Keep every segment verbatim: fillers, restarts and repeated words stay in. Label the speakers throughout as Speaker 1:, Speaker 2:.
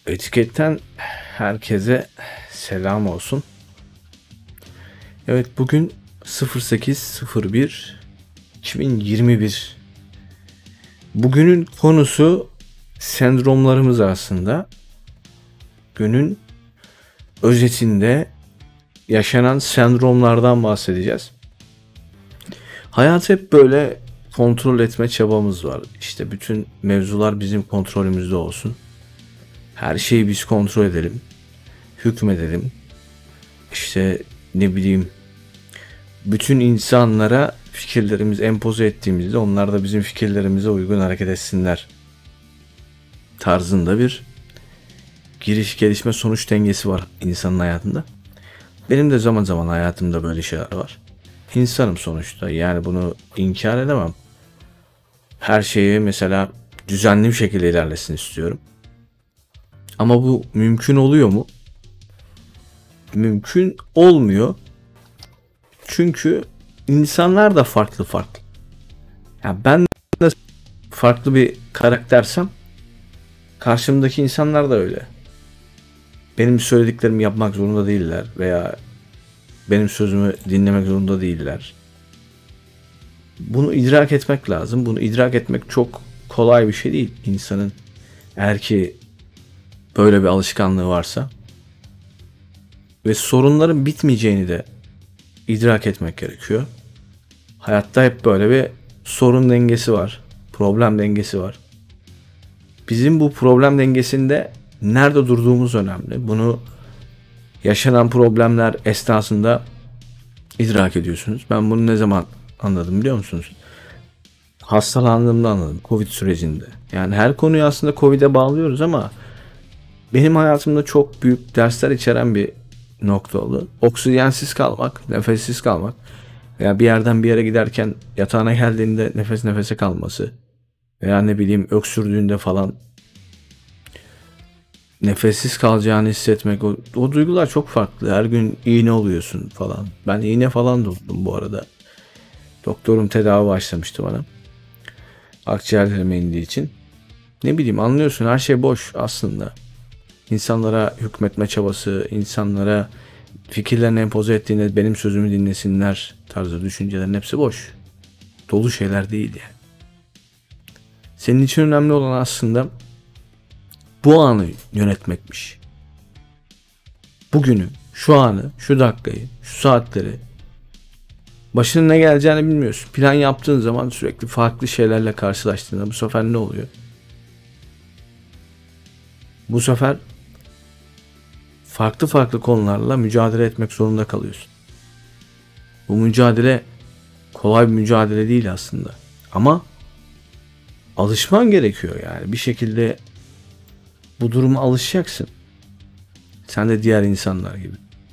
Speaker 1: Etiketten herkese selam olsun. Evet, bugün sıfır sekiz sıfır bir iki bin yirmi bir. Bugünün konusu sendromlarımız aslında. Günün özetinde yaşanan sendromlardan bahsedeceğiz. Hayat hep böyle kontrol etme çabamız var. İşte bütün mevzular bizim kontrolümüzde olsun. Her şeyi biz kontrol edelim. Hükmedelim. İşte ne bileyim, bütün insanlara fikirlerimizi empoze ettiğimizde onlar da bizim fikirlerimize uygun hareket etsinler tarzında bir giriş gelişme sonuç dengesi var insanın hayatında. Benim de zaman zaman hayatımda böyle şeyler var. İnsanım sonuçta, yani bunu inkar edemem. Her şeyi mesela düzenli bir şekilde ilerlesin istiyorum. Ama bu mümkün oluyor mu? Mümkün olmuyor. Çünkü insanlar da farklı farklı. Yani ben de farklı bir karaktersem karşımdaki insanlar da öyle. Benim söylediklerimi yapmak zorunda değiller veya benim sözümü dinlemek zorunda değiller. Bunu idrak etmek lazım. Bunu idrak etmek çok kolay bir şey değil insanın, eğer ki böyle bir alışkanlığı varsa. Ve sorunların bitmeyeceğini de idrak etmek gerekiyor. Hayatta hep böyle bir sorun dengesi var. Problem dengesi var. Bizim bu problem dengesinde nerede durduğumuz önemli. Bunu yaşanan problemler esnasında idrak ediyorsunuz. Ben bunu ne zaman anladım biliyor musunuz? Hastalandığımda anladım. Covid sürecinde. Yani her konuyu aslında Covid'e bağlıyoruz ama benim hayatımda çok büyük dersler içeren bir nokta oldu. Oksijensiz kalmak, nefessiz kalmak veya bir yerden bir yere giderken yatağına geldiğinde nefes nefese kalması veya ne bileyim öksürdüğünde falan nefessiz kalacağını hissetmek, o, o duygular çok farklı. Her gün iğne oluyorsun falan. Ben iğne falan da oldum bu arada. Doktorum tedavi başlamıştı bana. Akciğerlerime indiği için. Ne bileyim, anlıyorsun, her şey boş aslında. İnsanlara hükmetme çabası, insanlara fikirlerini empoze ettiğinde benim sözümü dinlesinler tarzı düşüncelerin hepsi boş. Dolu şeyler değil yani. Senin için önemli olan aslında bu anı yönetmekmiş. Bugünü, şu anı, şu dakikayı, şu saatleri. Başına ne geleceğini bilmiyorsun. Plan yaptığın zaman sürekli farklı şeylerle karşılaştığında bu sefer ne oluyor? Bu sefer farklı farklı konularla mücadele etmek zorunda kalıyorsun. Bu mücadele kolay bir mücadele değil aslında. Ama alışman gerekiyor yani. Bir şekilde bu duruma alışacaksın. Sen de diğer insanlar gibi.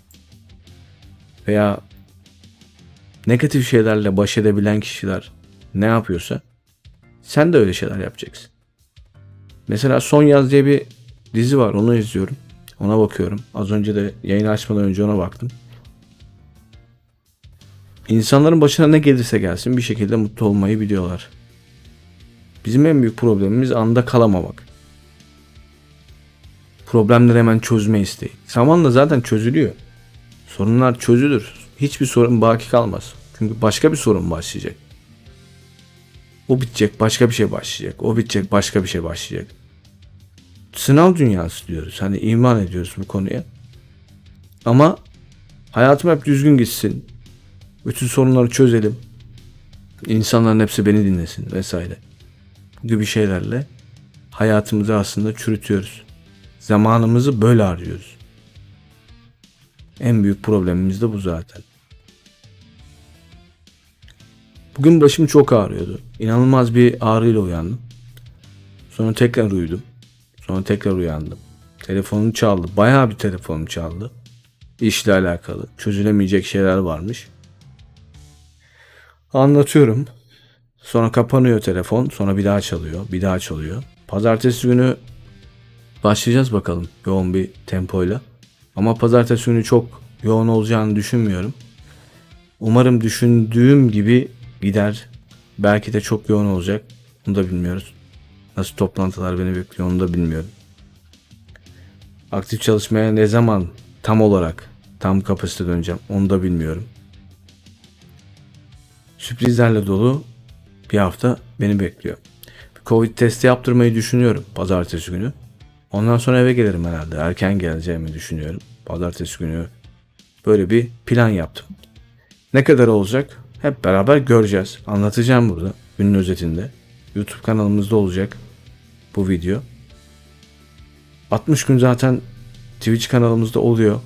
Speaker 1: Veya negatif şeylerle baş edebilen kişiler ne yapıyorsa sen de öyle şeyler yapacaksın. Mesela Son Yaz diye bir dizi var. Onu izliyorum. Ona bakıyorum. Az önce de yayını açmadan önce ona baktım. İnsanların başına ne gelirse gelsin bir şekilde mutlu olmayı biliyorlar. Bizim en büyük problemimiz anda kalamamak. Problemleri hemen çözme isteği. Zamanla zaten çözülüyor. Sorunlar çözülür. Hiçbir sorun baki kalmaz. Çünkü başka bir sorun başlayacak. O bitecek, başka bir şey başlayacak. O bitecek, başka bir şey başlayacak. Sınav dünyası diyoruz. Hani iman ediyoruz bu konuya. Ama hayatım hep düzgün gitsin. Bütün sorunları çözelim. İnsanların hepsi beni dinlesin vesaire gibi şeylerle hayatımızı aslında çürütüyoruz. Zamanımızı böyle harcıyoruz. En büyük problemimiz de bu zaten. Bugün başım çok ağrıyordu. İnanılmaz bir ağrıyla uyandım. Sonra tekrar uyudum. Sonra tekrar uyandım. Telefonum çaldı. Bayağı bir telefonum çaldı. İşle alakalı. Çözülemeyecek şeyler varmış. Anlatıyorum. Sonra kapanıyor telefon. Sonra bir daha çalıyor. Bir daha çalıyor. Pazartesi günü başlayacağız bakalım yoğun bir tempoyla. Ama pazartesi günü çok yoğun olacağını düşünmüyorum. Umarım düşündüğüm gibi gider. Belki de çok yoğun olacak. Bunu da bilmiyoruz. Nasıl toplantılar beni bekliyor onu da bilmiyorum. Aktif çalışmaya ne zaman tam olarak tam kapasite döneceğim onu da bilmiyorum. Sürprizlerle dolu bir hafta beni bekliyor. Bir Covid testi yaptırmayı düşünüyorum pazartesi günü. Ondan sonra eve gelirim herhalde. Erken geleceğimi düşünüyorum. Pazartesi günü böyle bir plan yaptım. Ne kadar olacak? Hep beraber göreceğiz. Anlatacağım burada. Günün özetinde. YouTube kanalımızda olacak bu video. altmış gün zaten Twitch kanalımızda oluyor.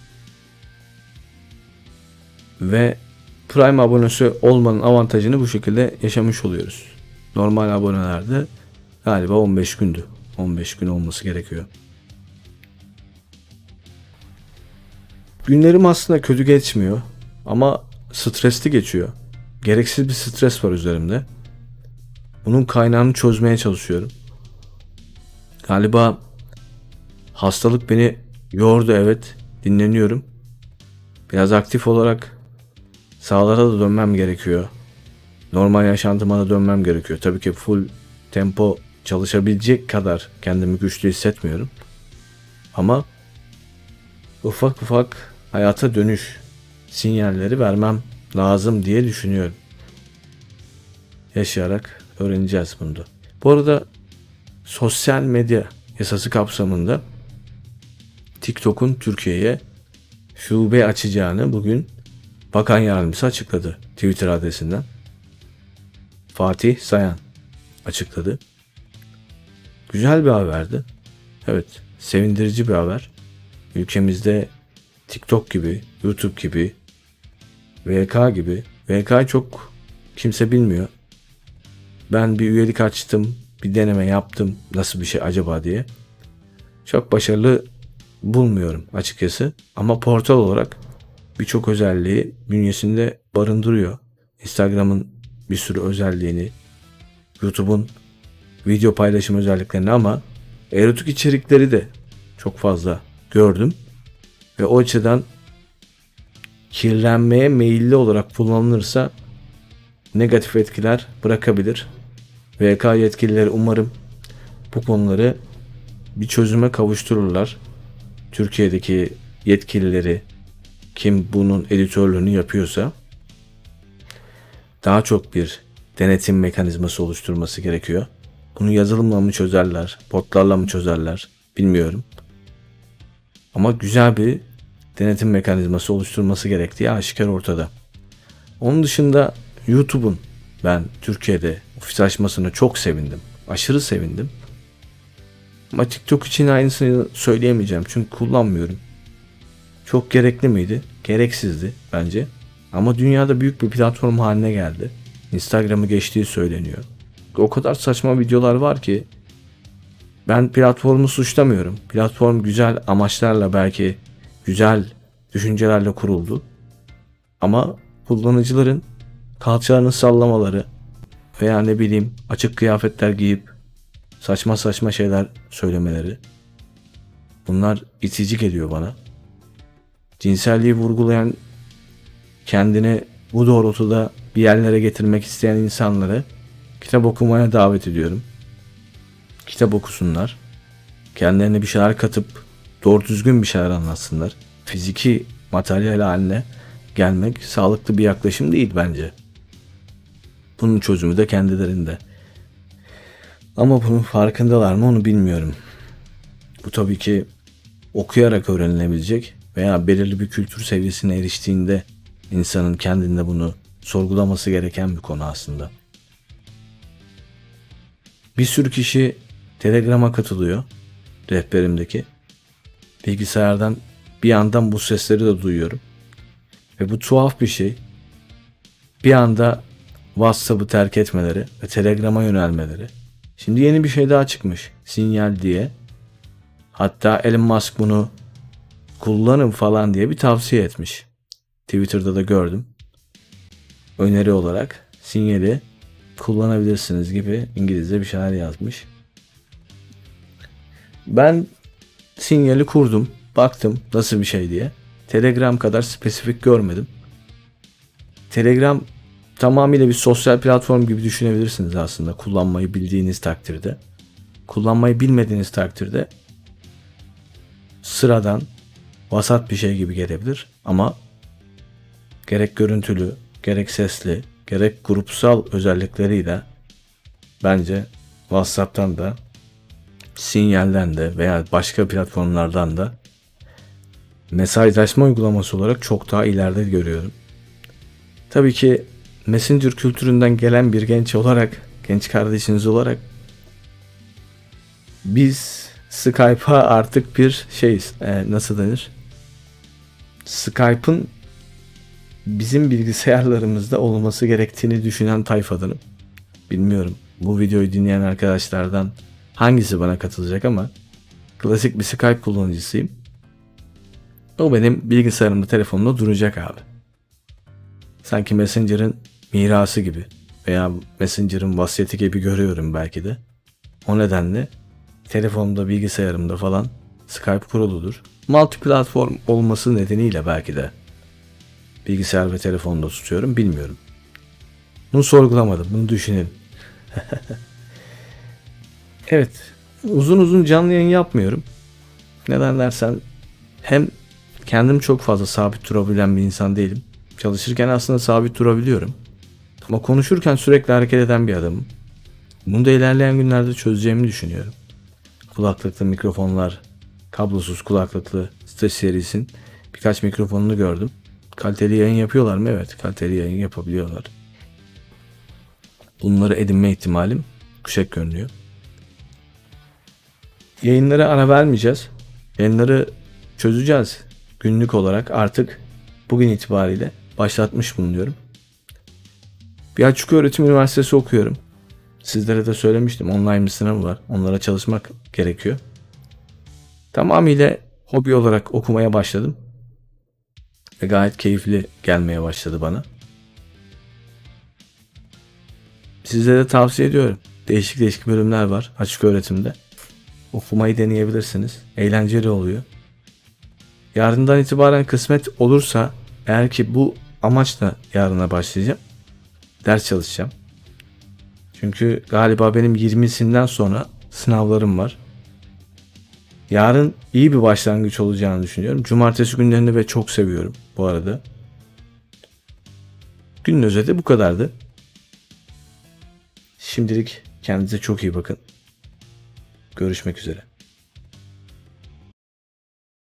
Speaker 1: Ve Prime abonesi olmanın avantajını bu şekilde yaşamış oluyoruz. Normal abonelerde galiba on beş gündü. on beş gün olması gerekiyor. Günlerim aslında kötü geçmiyor ama stresli geçiyor. Gereksiz bir stres var üzerimde. Bunun kaynağını çözmeye çalışıyorum. Galiba hastalık beni yordu, evet. Dinleniyorum. Biraz aktif olarak sahalara da dönmem gerekiyor. Normal yaşantıma da dönmem gerekiyor. Tabii ki full tempo çalışabilecek kadar kendimi güçlü hissetmiyorum. Ama ufak ufak hayata dönüş sinyalleri vermem lazım diye düşünüyorum. Yaşayarak öğreneceğiz bunu da. Bu arada sosyal medya yasası kapsamında TikTok'un Türkiye'ye şube açacağını bugün Bakan Yardımcısı açıkladı. Twitter adresinden Fatih Sayan açıkladı. Güzel bir haberdi. Evet, sevindirici bir haber. Ülkemizde TikTok gibi, YouTube gibi, V K gibi, V K'yı çok kimse bilmiyor. Ben bir üyelik açtım, bir deneme yaptım nasıl bir şey acaba diye. Çok başarılı bulmuyorum açıkçası. Ama portal olarak birçok özelliği bünyesinde barındırıyor. Instagram'ın bir sürü özelliğini, YouTube'un video paylaşım özelliklerini ama erotik içerikleri de çok fazla gördüm. Ve o açıdan kirlenmeye meyilli olarak kullanılırsa negatif etkiler bırakabilir. V K yetkilileri umarım bu konuları bir çözüme kavuştururlar. Türkiye'deki yetkilileri, kim bunun editörlüğünü yapıyorsa, daha çok bir denetim mekanizması oluşturması gerekiyor. Bunu yazılımla mı çözerler, botlarla mı çözerler bilmiyorum. Ama güzel bir denetim mekanizması oluşturması gerektiği aşikar ortada. Onun dışında YouTube'un ben Türkiye'de ofis açmasına çok sevindim. Aşırı sevindim. Ama TikTok için aynısını söyleyemeyeceğim çünkü kullanmıyorum. Çok gerekli miydi? Gereksizdi bence. Ama dünyada büyük bir platform haline geldi. Instagram'ı geçtiği söyleniyor. O kadar saçma videolar var ki ben platformu suçlamıyorum. Platform güzel amaçlarla, belki güzel düşüncelerle kuruldu. Ama kullanıcıların kalçalarını sallamaları veya ne bileyim açık kıyafetler giyip saçma saçma şeyler söylemeleri, bunlar itici geliyor bana. Cinselliği vurgulayan, kendini bu doğrultuda bir yerlere getirmek isteyen insanları kitap okumaya davet ediyorum. Kitap okusunlar. Kendilerine bir şeyler katıp doğru düzgün bir şeyler anlatsınlar. Fiziki materyal haline gelmek sağlıklı bir yaklaşım değil bence. Bunun çözümü de kendilerinde. Ama bunun farkındalar mı onu bilmiyorum. Bu tabii ki okuyarak öğrenilebilecek veya belirli bir kültür seviyesine eriştiğinde insanın kendinde bunu sorgulaması gereken bir konu aslında. Bir sürü kişi Telegram'a katılıyor. Rehberimdeki. Bilgisayardan bir yandan bu sesleri de duyuyorum. Ve bu tuhaf bir şey. Bir anda WhatsApp'ı terk etmeleri ve Telegram'a yönelmeleri. Şimdi yeni bir şey daha çıkmış. Sinyal diye. Hatta Elon Musk bunu kullanın falan diye bir tavsiye etmiş. Twitter'da da gördüm. Öneri olarak sinyali kullanabilirsiniz gibi İngilizce bir şeyler yazmış. Ben sinyali kurdum. Baktım nasıl bir şey diye. Telegram kadar spesifik görmedim. Telegram tamamıyla bir sosyal platform gibi düşünebilirsiniz aslında, kullanmayı bildiğiniz takdirde. Kullanmayı bilmediğiniz takdirde sıradan, vasat bir şey gibi gelebilir ama gerek görüntülü, gerek sesli, gerek grupsal özellikleriyle bence WhatsApp'tan da, Sinyal'den de veya başka platformlardan da mesajlaşma uygulaması olarak çok daha ileride görüyorum. Tabii ki Messenger kültüründen gelen bir genç olarak, genç kardeşiniz olarak biz Skype'a artık bir şeyiz. E, nasıl denir? Skype'ın bizim bilgisayarlarımızda olması gerektiğini düşünen tayfadanım. Bilmiyorum. Bu videoyu dinleyen arkadaşlardan hangisi bana katılacak ama klasik bir Skype kullanıcısıyım. O benim bilgisayarımda, telefonumda duracak abi. Sanki Messenger'ın mirası gibi veya Messenger'ın vasiyeti gibi görüyorum belki de. O nedenle telefonumda, bilgisayarımda falan Skype kuruludur. Multi platform olması nedeniyle belki de bilgisayar ve telefonda tutuyorum, bilmiyorum. Bunu sorgulamadım, bunu düşünelim. Evet, uzun uzun canlı yayın yapmıyorum. Neden dersen hem kendim çok fazla sabit durabilen bir insan değilim. Çalışırken aslında sabit durabiliyorum. Ama konuşurken sürekli hareket eden bir adamım. Bunu da ilerleyen günlerde çözeceğimi düşünüyorum. Kulaklıklı mikrofonlar, kablosuz kulaklıklı Stage Series'in birkaç mikrofonunu gördüm. Kaliteli yayın yapıyorlar mı? Evet, kaliteli yayın yapabiliyorlar. Bunları edinme ihtimalim yüksek görünüyor. Yayınlara ara vermeyeceğiz. Yayınları çözeceğiz. Günlük olarak artık bugün itibariyle başlatmış bulunuyorum. Bir açık öğretim üniversitesi okuyorum. Sizlere de söylemiştim, online bir sınavı var. Onlara çalışmak gerekiyor. Tamamıyla hobi olarak okumaya başladım. Ve gayet keyifli gelmeye başladı bana. Sizlere de tavsiye ediyorum. Değişik değişik bölümler var açık öğretimde. Okumayı deneyebilirsiniz. Eğlenceli oluyor. Yarından itibaren kısmet olursa, eğer ki bu amaçla yarına başlayacağım, ders çalışacağım. Çünkü galiba benim yirmisinden sonra sınavlarım var. Yarın iyi bir başlangıç olacağını düşünüyorum. Cumartesi günlerini ve çok seviyorum bu arada. Günün özeti bu kadardı. Şimdilik kendinize çok iyi bakın. Görüşmek üzere.